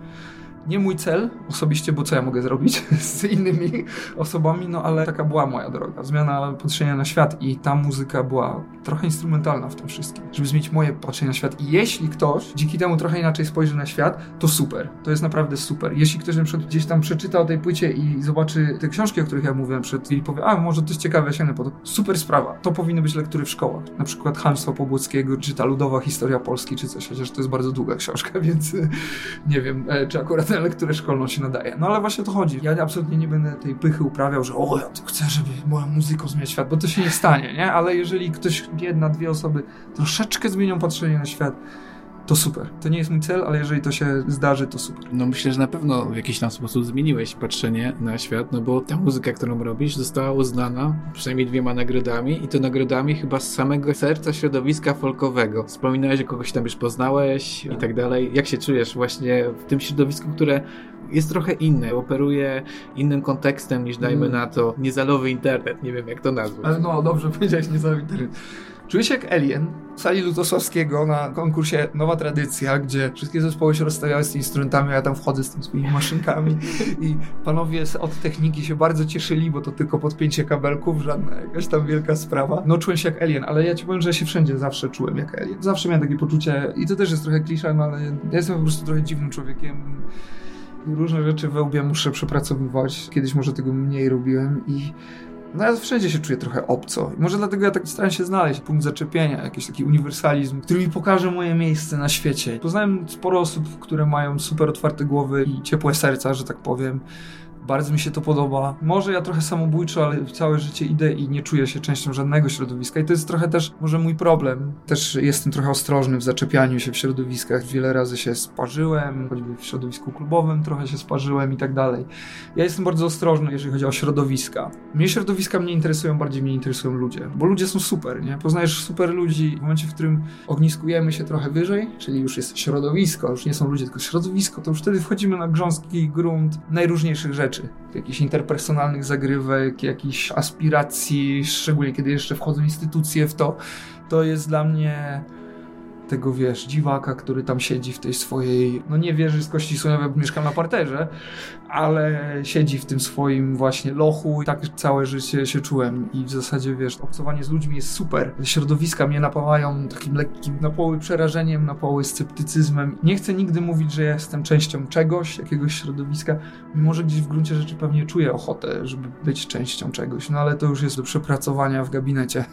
nie mój cel osobiście, bo co ja mogę zrobić z innymi osobami, no ale taka była moja droga. Zmiana patrzenia na świat i ta muzyka była trochę instrumentalna w tym wszystkim, żeby zmienić moje patrzenie na świat. I jeśli ktoś dzięki temu trochę inaczej spojrzy na świat, to super. To jest naprawdę super. Jeśli ktoś na przykład gdzieś tam przeczyta o tej płycie i zobaczy te książki, o których ja mówiłem przed chwilą i powie, może to jest ciekawe, sięgnę po to. Super sprawa. To powinny być lektury w szkołach. Na przykład Hansa Pobłockiego, czy ta Ludowa Historia Polski, czy coś. Chociaż to jest bardzo długa książka, więc nie wiem, czy akurat lekturę szkolną się nadaje. No ale właśnie o to chodzi. Ja absolutnie nie będę tej pychy uprawiał, że ja to chcę, żeby moją muzyką zmieniać świat, bo to się nie stanie, nie? Ale jeżeli ktoś, jedna, dwie osoby troszeczkę zmienią patrzenie na świat, to super. To nie jest mój cel, ale jeżeli to się zdarzy, to super. No myślę, że na pewno w jakiś tam sposób zmieniłeś patrzenie na świat, no bo ta muzyka, którą robisz, została uznana przynajmniej 2 nagrodami i to nagrodami chyba z samego serca środowiska folkowego. Wspominałeś, że kogoś tam już poznałeś i tak dalej. Jak się czujesz właśnie w tym środowisku, które jest trochę inne, operuje innym kontekstem niż, dajmy na to, niezalowy internet, nie wiem jak to nazwać. Ale no, dobrze powiedziałeś, niezalowy internet. Czuję się jak Alien w sali Lutosławskiego na konkursie Nowa Tradycja, gdzie wszystkie zespoły się rozstawiały z instrumentami, a ja tam wchodzę z tymi swoimi maszynkami i panowie od techniki się bardzo cieszyli, bo to tylko podpięcie kabelków, żadna jakaś tam wielka sprawa. No czułem się jak Alien, ale ja ci powiem, że ja się wszędzie zawsze czułem jak Alien. Zawsze miałem takie poczucie i to też jest trochę klisza, no ale ja jestem po prostu trochę dziwnym człowiekiem. Różne rzeczy we łbie muszę przepracowywać. Kiedyś może tego mniej robiłem i no ja wszędzie się czuję trochę obco. I może dlatego ja tak staram się znaleźć punkt zaczepienia, jakiś taki uniwersalizm, który mi pokaże moje miejsce na świecie. Poznałem sporo osób, które mają super otwarte głowy i ciepłe serca, że tak powiem. Bardzo mi się to podoba. Może ja trochę samobójczo, ale całe życie idę i nie czuję się częścią żadnego środowiska. I to jest trochę też może mój problem. Też jestem trochę ostrożny w zaczepianiu się w środowiskach. Wiele razy się sparzyłem, choćby w środowisku klubowym trochę się sparzyłem i tak dalej. Ja jestem bardzo ostrożny, jeżeli chodzi o środowiska. Środowiska mnie interesują, bardziej mnie interesują ludzie. Bo ludzie są super, nie? Poznajesz super ludzi w momencie, w którym ogniskujemy się trochę wyżej, czyli już jest środowisko, już nie są ludzie, tylko środowisko, to już wtedy wchodzimy na grząski grunt najróżniejszych rzeczy. Jakichś interpersonalnych zagrywek, jakichś aspiracji, szczególnie kiedy jeszcze wchodzą instytucje w to. To jest dla mnie tego, dziwaka, który tam siedzi w tej swojej, no nie wieży z kości słoniowej, bo mieszkam na parterze, ale siedzi w tym swoim właśnie lochu i tak całe życie się czułem i w zasadzie, obcowanie z ludźmi jest super. Środowiska mnie napawają takim lekkim na poły przerażeniem, na poły sceptycyzmem. Nie chcę nigdy mówić, że ja jestem częścią czegoś, jakiegoś środowiska, mimo że gdzieś w gruncie rzeczy pewnie czuję ochotę, żeby być częścią czegoś, no ale to już jest do przepracowania w gabinecie,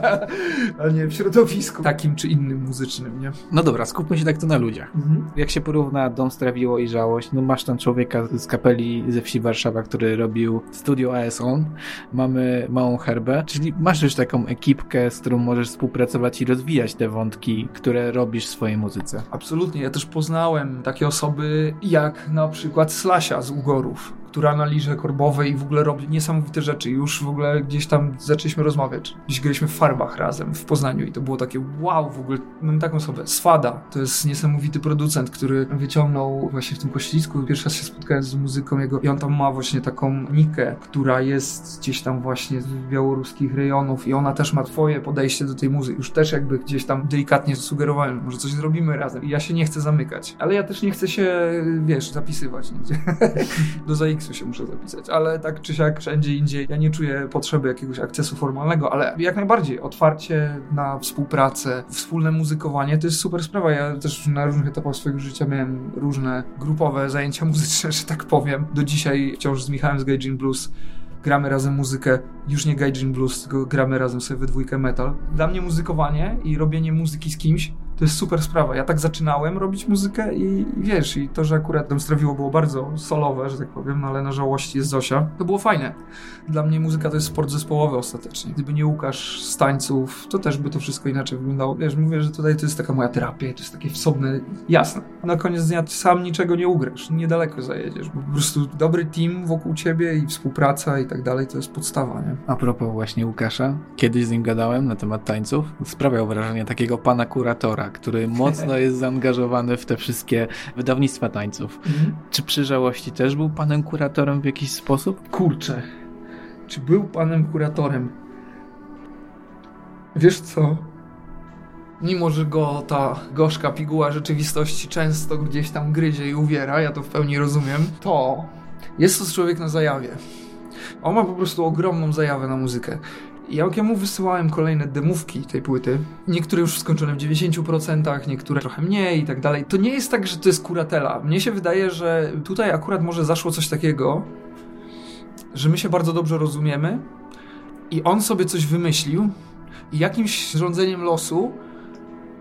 a nie w środowisku takim czy innym muzycznym, nie? No dobra, skupmy się tak to na ludziach. Jak się porówna Dom Strawiło i Żałość, no masz tam człowieka z kapeli ze wsi Warszawa, który robił studio AS On, mamy Małą Herbę, czyli masz już taką ekipkę, z którą możesz współpracować i rozwijać te wątki, które robisz w swojej muzyce. Absolutnie, ja też poznałem takie osoby jak na przykład Slasia z Ugorów, która na lirze korbowej i w ogóle robi niesamowite rzeczy. Już w ogóle gdzieś tam zaczęliśmy rozmawiać. Gdzieś graliśmy w Farbach razem w Poznaniu i to było takie wow, w ogóle mam taką osobę. Swada, to jest niesamowity producent, który wyciągnął właśnie w tym Kościelisku. Pierwszy raz się spotkałem z muzyką jego i on tam ma właśnie taką Nikę, która jest gdzieś tam właśnie z białoruskich rejonów i ona też ma twoje podejście do tej muzyki. Już też jakby gdzieś tam delikatnie sugerowałem, może coś zrobimy razem. I ja się nie chcę zamykać. Ale ja też nie chcę się, zapisywać nigdzie. Do ZX się muszę zapisać, ale tak czy siak wszędzie indziej ja nie czuję potrzeby jakiegoś akcesu formalnego, ale jak najbardziej otwarcie na współpracę, wspólne muzykowanie to jest super sprawa. Ja też na różnych etapach swojego życia miałem różne grupowe zajęcia muzyczne, że tak powiem. Do dzisiaj wciąż z Michałem z Gaijin Blues gramy razem muzykę, już nie Gaijin Blues, tylko gramy razem sobie we dwójkę metal. Dla mnie muzykowanie i robienie muzyki z kimś to jest super sprawa. Ja tak zaczynałem robić muzykę i i to, że akurat Dom Strawiło było bardzo solowe, że tak powiem, no ale na Żałości jest Zosia, to było fajne. Dla mnie muzyka to jest sport zespołowy ostatecznie. Gdyby nie Łukasz z tańców, to też by to wszystko inaczej wyglądało. Mówię, że tutaj to jest taka moja terapia, to jest takie wsobne, jasne. Na koniec dnia sam niczego nie ugrasz, niedaleko zajedziesz, bo po prostu dobry team wokół ciebie i współpraca i tak dalej, to jest podstawa, nie? A propos właśnie Łukasza, kiedyś z nim gadałem na temat tańców, sprawiał wrażenie takiego pana kuratora, który mocno jest zaangażowany w te wszystkie wydawnictwa tańców. Czy przy Żałości też był panem kuratorem w jakiś sposób? Kurczę, czy był panem kuratorem? Wiesz co? Mimo, że go ta gorzka piguła rzeczywistości często gdzieś tam gryzie i uwiera, ja to w pełni rozumiem, to jest to człowiek na zajawie. On ma po prostu ogromną zajawę na muzykę. Jak ja mu wysyłałem kolejne demówki tej płyty, niektóre już skończone w 90%, niektóre trochę mniej i tak dalej, to nie jest tak, że to jest kuratela. Mnie się wydaje, że tutaj akurat może zaszło coś takiego, że my się bardzo dobrze rozumiemy i on sobie coś wymyślił i jakimś rządzeniem losu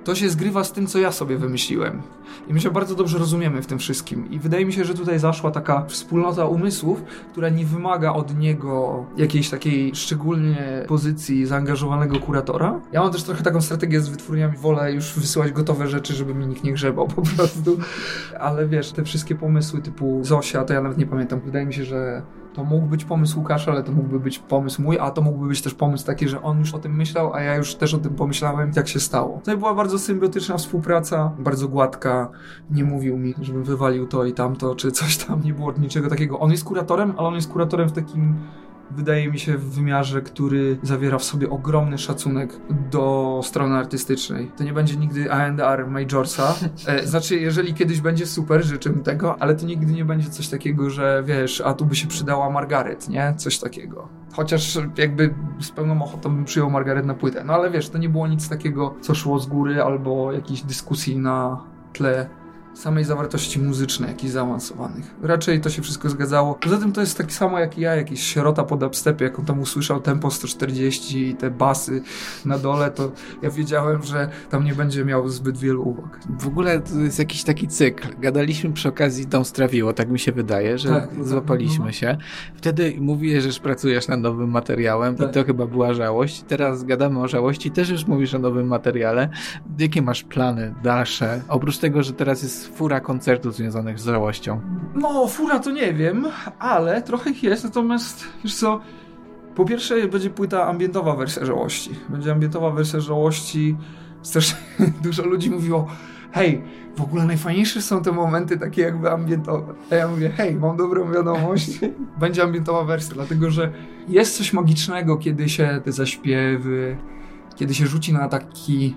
to się zgrywa z tym, co ja sobie wymyśliłem. I my się bardzo dobrze rozumiemy w tym wszystkim. I wydaje mi się, że tutaj zaszła taka wspólnota umysłów, która nie wymaga od niego jakiejś takiej szczególnie pozycji zaangażowanego kuratora. Ja mam też trochę taką strategię z wytwórniami. Wolę już wysyłać gotowe rzeczy, żeby mi nikt nie grzebał po prostu. Ale wiesz, te wszystkie pomysły typu Zosia, to ja nawet nie pamiętam. Wydaje mi się, że to mógł być pomysł Łukasza, ale to mógłby być pomysł mój, a to mógłby być też pomysł taki, że on już o tym myślał, a ja już też o tym pomyślałem, jak się stało. To była bardzo symbiotyczna współpraca, bardzo gładka. Nie mówił mi, żebym wywalił to i tamto, czy coś tam. Nie było niczego takiego. On jest kuratorem, ale on jest kuratorem w takim, wydaje mi się, w wymiarze, który zawiera w sobie ogromny szacunek do strony artystycznej. To nie będzie nigdy A&R Majorsa. Znaczy, jeżeli kiedyś będzie, super, życzę mi tego, ale to nigdy nie będzie coś takiego, że wiesz, a tu by się przydała Margaret, nie? Coś takiego. Chociaż jakby z pełną ochotą bym przyjął Margaret na płytę. No ale wiesz, to nie było nic takiego, co szło z góry albo jakiejś dyskusji na tle samej zawartości muzycznej, jakichś zaawansowanych. Raczej to się wszystko zgadzało. Poza tym to jest taki samo jak ja, jakiś sierota po dubstepie, jak on tam usłyszał tempo 140 i te basy na dole, to ja wiedziałem, że tam nie będzie miał zbyt wielu uwag. W ogóle to jest jakiś taki cykl. Gadaliśmy przy okazji Dom Strawiło, tak mi się wydaje, że złapaliśmy się. Wtedy mówiłeś, że już pracujesz nad nowym materiałem i to chyba była Żałość. Teraz gadamy o Żałości, też już mówisz o nowym materiale. Jakie masz plany dalsze? Oprócz tego, że teraz jest fura koncertów związanych z Żałością. No, fura to nie wiem, ale trochę ich jest, natomiast wiesz co, po pierwsze będzie płyta ambientowa wersja Żałości. Będzie ambientowa wersja Żałości. Strasznie dużo ludzi mówiło, hej, w ogóle najfajniejsze są te momenty takie jakby ambientowe. A ja mówię, hej, mam dobrą wiadomość. Będzie ambientowa wersja, dlatego że jest coś magicznego, kiedy się te zaśpiewy, kiedy się rzuci na taki...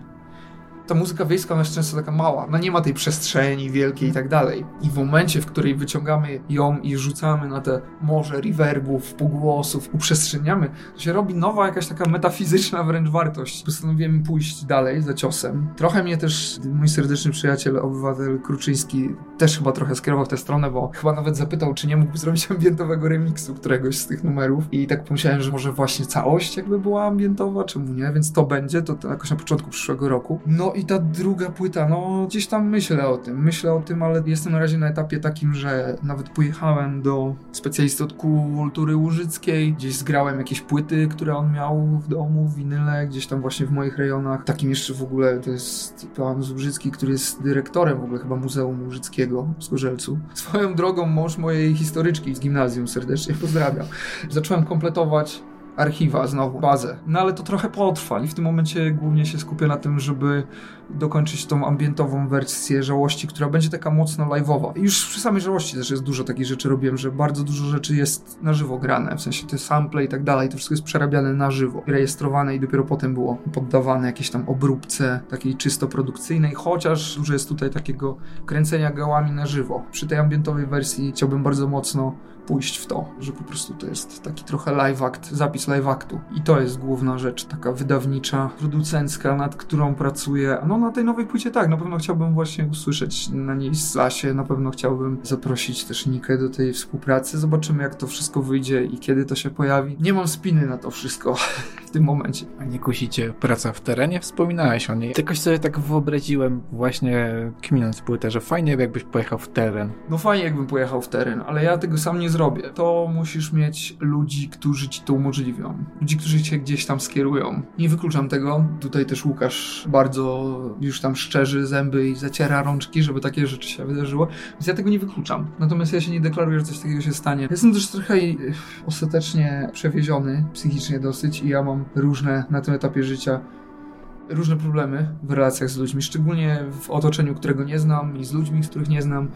Ta muzyka wiejska, ona jest często taka mała, no nie ma tej przestrzeni wielkiej i tak dalej. I w momencie, w której wyciągamy ją i rzucamy na te morze reverbów, pogłosów, uprzestrzeniamy, to się robi nowa jakaś taka metafizyczna wręcz wartość. Postanowiłem pójść dalej za ciosem. Trochę mnie też mój serdeczny przyjaciel, obywatel Kruczyński, też chyba trochę skierował w tę stronę, bo chyba nawet zapytał, czy nie mógłby zrobić ambientowego remiksu któregoś z tych numerów. I tak pomyślałem, że może właśnie całość jakby była ambientowa, czemu nie? Więc to będzie, to jakoś na początku przyszłego roku. No i ta druga płyta, no gdzieś tam myślę o tym, ale jestem na razie na etapie takim, że nawet pojechałem do specjalisty od kultury łużyckiej, gdzieś zgrałem jakieś płyty, które on miał w domu, winyle, gdzieś tam właśnie w moich rejonach. Takim jeszcze w ogóle to jest pan Zubrzycki, który jest dyrektorem w ogóle chyba Muzeum Łużyckiego w Zgorzelcu. Swoją drogą mąż mojej historyczki z gimnazjum, serdecznie pozdrawiam. Zacząłem kompletować archiwa znowu, bazę. No ale to trochę potrwa i w tym momencie głównie się skupię na tym, żeby dokończyć tą ambientową wersję Żałości, która będzie taka mocno live'owa. I już przy samej Żałości też jest dużo takich rzeczy robiłem, że bardzo dużo rzeczy jest na żywo grane, w sensie te sample i tak dalej, to wszystko jest przerabiane na żywo, rejestrowane i dopiero potem było poddawane jakieś tam obróbce takiej czysto produkcyjnej, chociaż dużo jest tutaj takiego kręcenia gałami na żywo. Przy tej ambientowej wersji chciałbym bardzo mocno pójść w to, że po prostu to jest taki trochę live act, zapis live actu. I to jest główna rzecz, taka wydawnicza, producencka, nad którą pracuję. No na tej nowej płycie tak, na pewno chciałbym właśnie usłyszeć na niej Slasie, na pewno chciałbym zaprosić też Nikę do tej współpracy. Zobaczymy, jak to wszystko wyjdzie i kiedy to się pojawi. Nie mam spiny na to wszystko w tym momencie. A nie kusicie praca w terenie? Wspominałeś o niej. Jakoś sobie tak wyobraziłem właśnie kminując płytę, że fajnie jakbyś pojechał w teren. No fajnie jakbym pojechał w teren, ale ja tego sam nie zrobię. To musisz mieć ludzi, którzy ci to umożliwią. Ludzi, którzy cię gdzieś tam skierują. Nie wykluczam tego. Tutaj też Łukasz bardzo już tam szczerzy zęby i zaciera rączki, żeby takie rzeczy się wydarzyło. Więc ja tego nie wykluczam. Natomiast ja się nie deklaruję, że coś takiego się stanie. Jestem też trochę ostatecznie przewieziony psychicznie dosyć i ja mam różne na tym etapie życia różne problemy w relacjach z ludźmi, szczególnie w otoczeniu, którego nie znam i z ludźmi, których nie znam,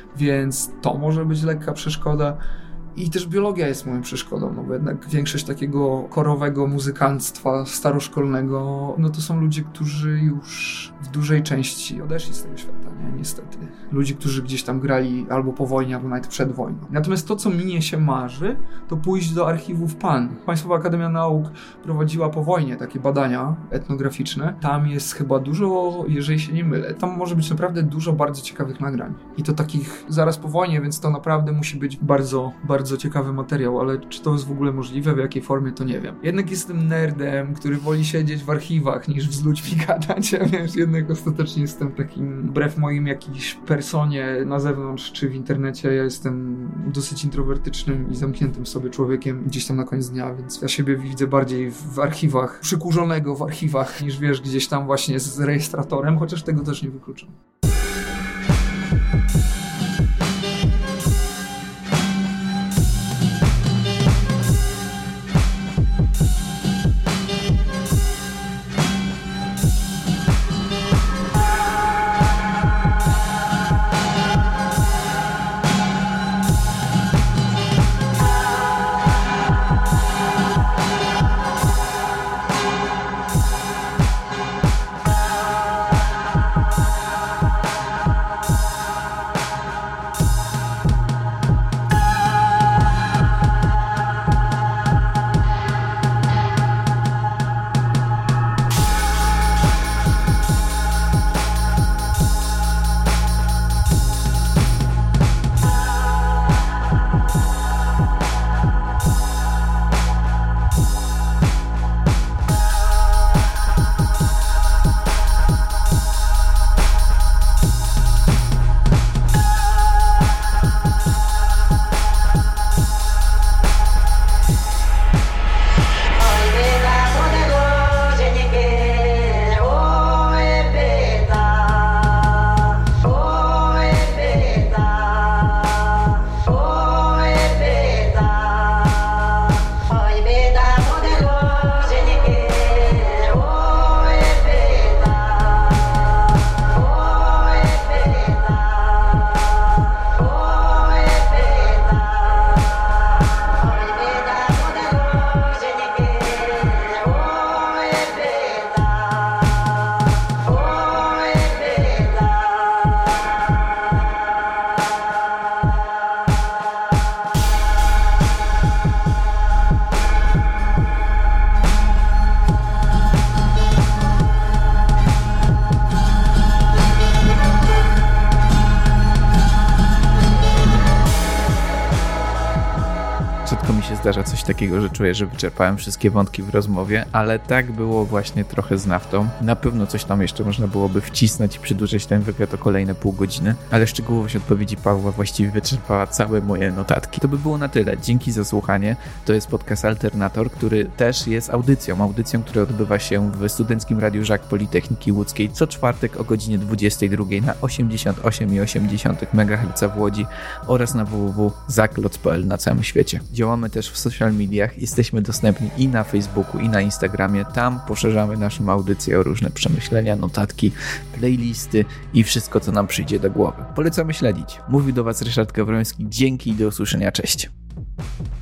więc to może być lekka przeszkoda. I też biologia jest moją przeszkodą, no bo jednak większość takiego korowego muzykanstwa staroszkolnego, no to są ludzie, którzy już w dużej części odeszli z tego świata, nie? Niestety. Ludzie, którzy gdzieś tam grali albo po wojnie, albo nawet przed wojną. Natomiast to, co mnie się marzy, to pójść do archiwów PAN. Państwowa Akademia Nauk prowadziła po wojnie takie badania etnograficzne. Tam jest chyba dużo, jeżeli się nie mylę, tam może być naprawdę dużo bardzo ciekawych nagrań. I to takich zaraz po wojnie, więc to naprawdę musi być bardzo, bardzo bardzo ciekawy materiał, ale czy to jest w ogóle możliwe, w jakiej formie, to nie wiem. Jednak jestem nerdem, który woli siedzieć w archiwach niż z ludźmi gadać, a wiesz, jednak ostatecznie jestem takim, wbrew moim jakiejś personie na zewnątrz czy w internecie, ja jestem dosyć introwertycznym i zamkniętym sobie człowiekiem gdzieś tam na koniec dnia, więc ja siebie widzę bardziej w archiwach, przykurzonego w archiwach, niż wiesz, gdzieś tam właśnie z rejestratorem, chociaż tego też nie wykluczam. Zdarza coś takiego, że czuję, że wyczerpałem wszystkie wątki w rozmowie, ale tak było właśnie trochę z naftą. Na pewno coś tam jeszcze można byłoby wcisnąć i przedłużyć ten wywiad o kolejne pół godziny, ale szczegółowość odpowiedzi Pawła właściwie wyczerpała całe moje notatki. To by było na tyle. Dzięki za słuchanie. To jest podcast Alternator, który też jest audycją, która odbywa się w Studenckim Radiu Żak Politechniki Łódzkiej co czwartek o godzinie 22 na 88,8 MHz w Łodzi oraz na www.zakloc.pl na całym świecie. Działamy też w social mediach, jesteśmy dostępni i na Facebooku, i na Instagramie. Tam poszerzamy naszą audycję o różne przemyślenia, notatki, playlisty i wszystko, co nam przyjdzie do głowy. Polecamy śledzić. Mówił do Was Ryszard Gawroński. Dzięki i do usłyszenia. Cześć.